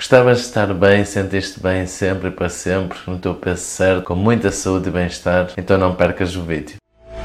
Gostavas de estar bem, sentir-te bem sempre e para sempre, no teu peso certo, com muita saúde e bem-estar? Então não percas o vídeo.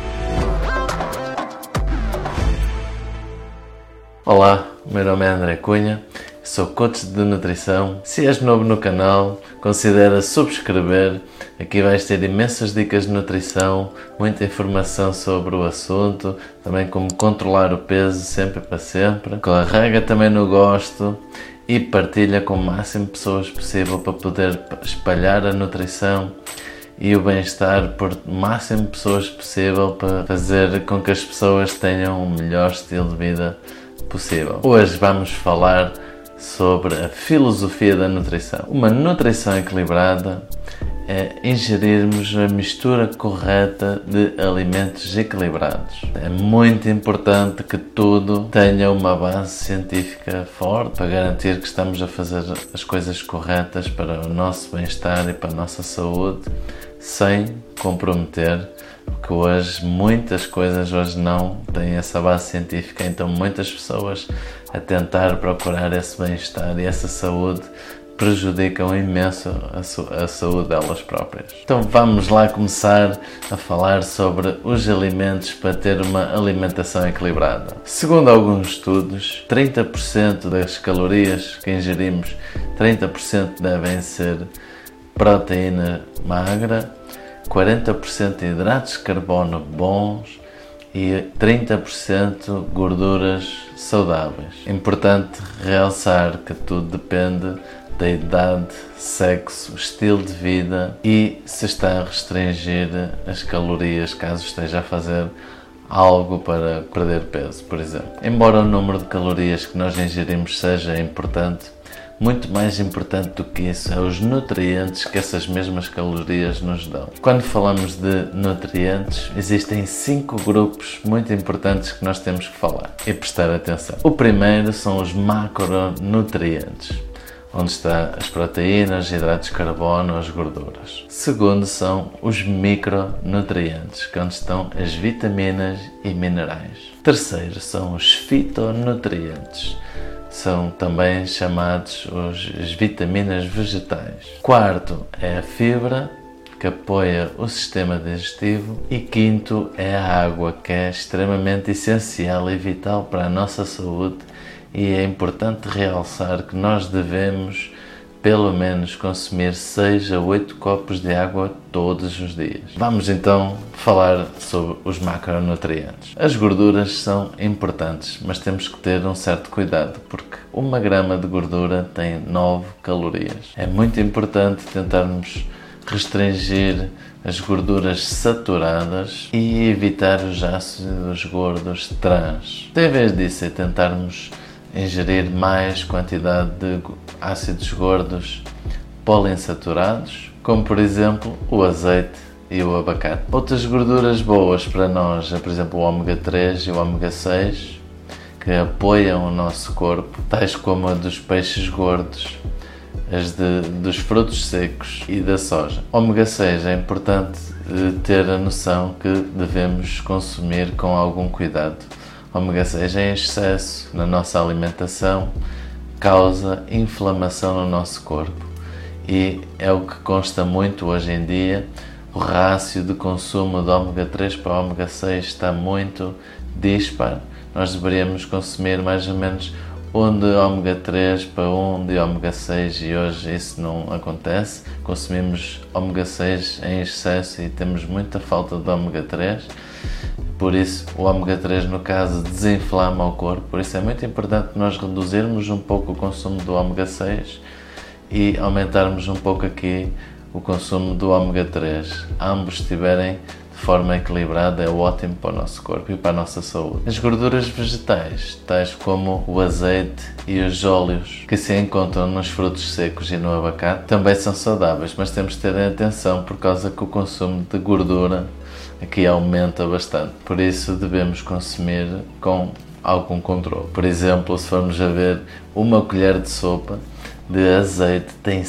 Olá, o meu nome é André Cunha, sou coach de nutrição. Se és novo no canal, considera subscrever. Aqui vais ter imensas dicas de nutrição, muita informação sobre o assunto, também como controlar o peso sempre e para sempre. Carrega também no gosto e partilha com o máximo de pessoas possível para poder espalhar a nutrição e o bem-estar por o máximo de pessoas possível para fazer com que as pessoas tenham o melhor estilo de vida possível. Hoje vamos falar sobre a filosofia da nutrição. Uma nutrição equilibrada é ingerirmos a mistura correta de alimentos equilibrados. É muito importante que tudo tenha uma base científica forte para garantir que estamos a fazer as coisas corretas para o nosso bem-estar e para a nossa saúde, sem comprometer, porque hoje muitas coisas não têm essa base científica, então muitas pessoas a tentar procurar esse bem-estar e essa saúde prejudicam imenso a saúde delas próprias. Então vamos lá começar a falar sobre os alimentos para ter uma alimentação equilibrada. Segundo alguns estudos, 30% das calorias que ingerimos, 30% devem ser proteína magra, 40% de hidratos de carbono bons e 30% gorduras saudáveis. Importante realçar que tudo depende da idade, sexo, estilo de vida e se está a restringir as calorias caso esteja a fazer algo para perder peso, por exemplo. Embora o número de calorias que nós ingerimos seja importante, muito mais importante do que isso é os nutrientes que essas mesmas calorias nos dão. Quando falamos de nutrientes, existem 5 grupos muito importantes que nós temos que falar e prestar atenção. O primeiro são os macronutrientes, onde estão as proteínas, hidratos de carbono, as gorduras. Segundo são os micronutrientes, que é onde estão as vitaminas e minerais. Terceiro são os fitonutrientes, são também chamados as vitaminas vegetais. Quarto é a fibra, que apoia o sistema digestivo. E quinto é a água, que é extremamente essencial e vital para a nossa saúde. E é importante realçar que nós devemos pelo menos consumir 6 a 8 copos de água todos os dias. Vamos então falar sobre os macronutrientes. As gorduras são importantes, mas temos que ter um certo cuidado, porque 1 grama de gordura tem 9 calorias. É muito importante tentarmos restringir as gorduras saturadas e evitar os ácidos gordos trans. Em vez disso, é tentarmos ingerir mais quantidade de ácidos gordos poliinsaturados, como por exemplo o azeite e o abacate. Outras gorduras boas para nós é, por exemplo, o ômega 3 e o ômega 6, que apoiam o nosso corpo, tais como a dos peixes gordos, as dos frutos secos e da soja. Ômega 6 é importante ter a noção que devemos consumir com algum cuidado. Ômega 6 em excesso na nossa alimentação causa inflamação no nosso corpo e é o que consta muito hoje em dia. O rácio de consumo de ômega 3 para ômega 6 está muito dispar. Nós deveríamos consumir mais ou menos 1 de ômega 3 para 1 de ômega 6 e hoje isso não acontece. Consumimos ômega 6 em excesso e temos muita falta de ômega 3. Por isso, o ômega 3, no caso, desinflama o corpo. Por isso é muito importante nós reduzirmos um pouco o consumo do ômega 6 e aumentarmos um pouco aqui o consumo do ômega 3. Ambos estiverem de forma equilibrada é ótimo para o nosso corpo e para a nossa saúde. As gorduras vegetais, tais como o azeite e os óleos, que se encontram nos frutos secos e no abacate, também são saudáveis, mas temos de ter atenção por causa que o consumo de gordura aqui aumenta bastante, por isso devemos consumir com algum controle. Por exemplo, se formos a ver, 1 colher de sopa de azeite tem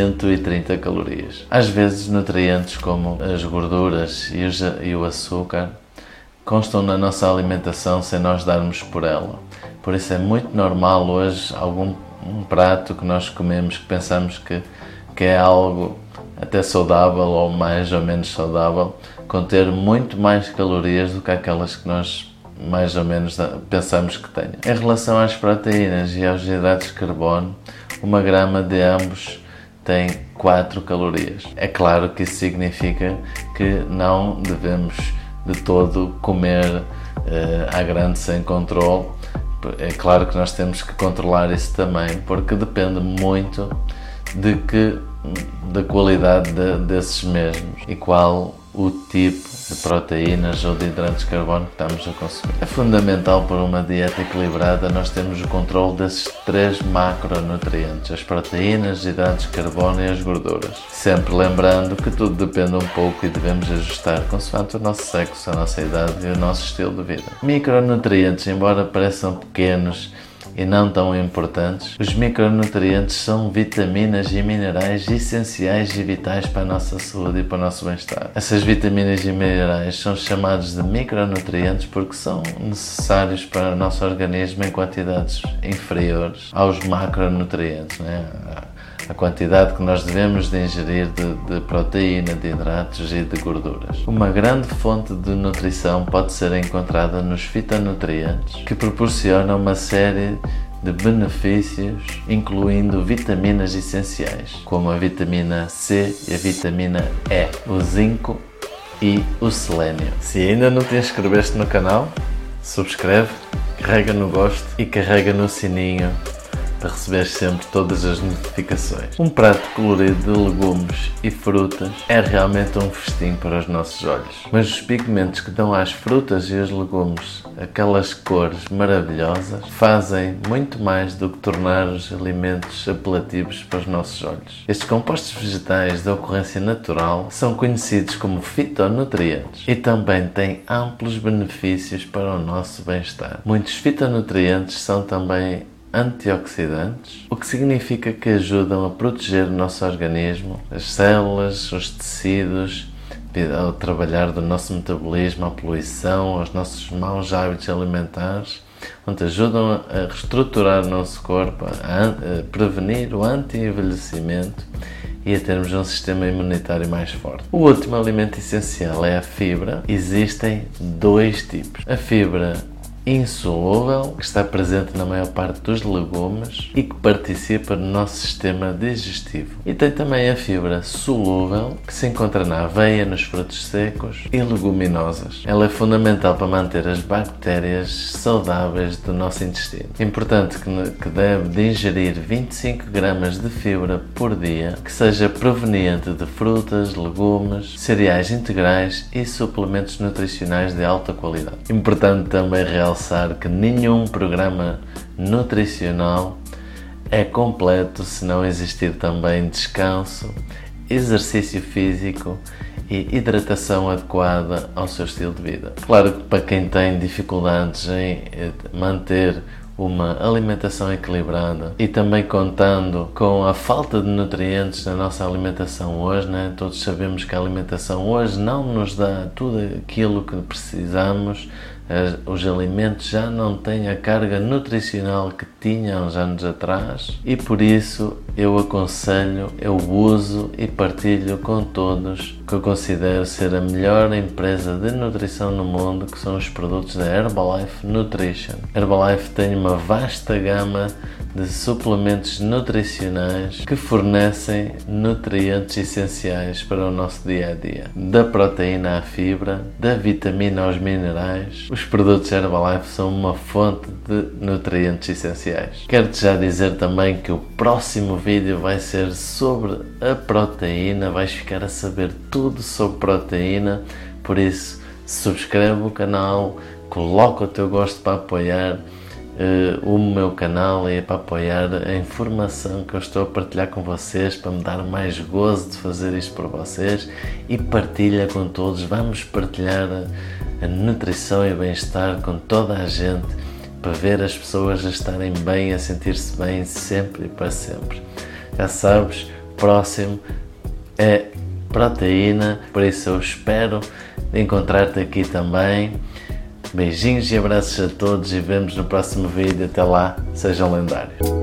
130 calorias. Às vezes, nutrientes como as gorduras e o açúcar constam na nossa alimentação sem nós darmos por ela. Por isso é muito normal hoje um prato que nós comemos que pensamos que é algo até saudável ou mais ou menos saudável, conter muito mais calorias do que aquelas que nós mais ou menos pensamos que tenha. Em relação às proteínas e aos hidratos de carbono, 1 grama de ambos tem 4 calorias. É claro que isso significa que não devemos de todo comer à grande sem controle. É claro que nós temos que controlar isso também, porque depende muito da qualidade desses mesmos e qual o tipo de proteínas ou de hidratos de carbono que estamos a consumir. É fundamental para uma dieta equilibrada nós termos o controle desses 3 macronutrientes, as proteínas, os hidratos de carbono e as gorduras. Sempre lembrando que tudo depende um pouco e devemos ajustar consoante o nosso sexo, a nossa idade e o nosso estilo de vida. Micronutrientes, embora pareçam pequenos e não tão importantes, os micronutrientes são vitaminas e minerais essenciais e vitais para a nossa saúde e para o nosso bem-estar. Essas vitaminas e minerais são chamados de micronutrientes porque são necessários para o nosso organismo em quantidades inferiores aos macronutrientes, né? A quantidade que nós devemos de ingerir de proteína, de hidratos e de gorduras. Uma grande fonte de nutrição pode ser encontrada nos fitonutrientes, que proporcionam uma série de benefícios, incluindo vitaminas essenciais, como a vitamina C e a vitamina E, o zinco e o selênio. Se ainda não te inscreveste no canal, subscreve, carrega no gosto e carrega no sininho para receber sempre todas as notificações. Um prato colorido de legumes e frutas é realmente um festim para os nossos olhos. Mas os pigmentos que dão às frutas e aos legumes aquelas cores maravilhosas fazem muito mais do que tornar os alimentos apelativos para os nossos olhos. Estes compostos vegetais de ocorrência natural são conhecidos como fitonutrientes e também têm amplos benefícios para o nosso bem-estar. Muitos fitonutrientes são também antioxidantes, o que significa que ajudam a proteger o nosso organismo, as células, os tecidos, ao trabalhar do nosso metabolismo, à poluição, aos nossos maus hábitos alimentares, onde ajudam a reestruturar o nosso corpo, a prevenir o anti-envelhecimento e a termos um sistema imunitário mais forte. O último alimento essencial é a fibra. Existem 2 tipos. A fibra insolúvel, que está presente na maior parte dos legumes e que participa no nosso sistema digestivo. E tem também a fibra solúvel, que se encontra na aveia, nos frutos secos e leguminosas. Ela é fundamental para manter as bactérias saudáveis do nosso intestino. É importante que deve de ingerir 25 gramas de fibra por dia, que seja proveniente de frutas, legumes, cereais integrais e suplementos nutricionais de alta qualidade. Importante também realçar que nenhum programa nutricional é completo se não existir também descanso, exercício físico e hidratação adequada ao seu estilo de vida. Claro que para quem tem dificuldades em manter uma alimentação equilibrada e também contando com a falta de nutrientes na nossa alimentação hoje, né? Todos sabemos que a alimentação hoje não nos dá tudo aquilo que precisamos. Os alimentos já não têm a carga nutricional que tinham uns anos atrás e por isso eu aconselho, eu uso e partilho com todos que eu considero ser a melhor empresa de nutrição no mundo, que são os produtos da Herbalife Nutrition. Herbalife tem uma vasta gama de suplementos nutricionais que fornecem nutrientes essenciais para o nosso dia a dia. Da proteína à fibra, da vitamina aos minerais, os produtos Herbalife são uma fonte de nutrientes essenciais. Quero-te já dizer também que o próximo vídeo vai ser sobre a proteína, vais ficar a saber tudo sobre proteína, por isso subscreve o canal, coloca o teu gosto para apoiar o meu canal e para apoiar a informação que eu estou a partilhar com vocês, para me dar mais gozo de fazer isto para vocês, e partilha com todos. Vamos partilhar a nutrição e o bem-estar com toda a gente, para ver as pessoas a estarem bem, a sentir-se bem sempre e para sempre. Já sabes, próximo é proteína, por isso eu espero encontrar-te aqui também. Beijinhos e abraços a todos e vemos no próximo vídeo. Até lá, sejam lendários.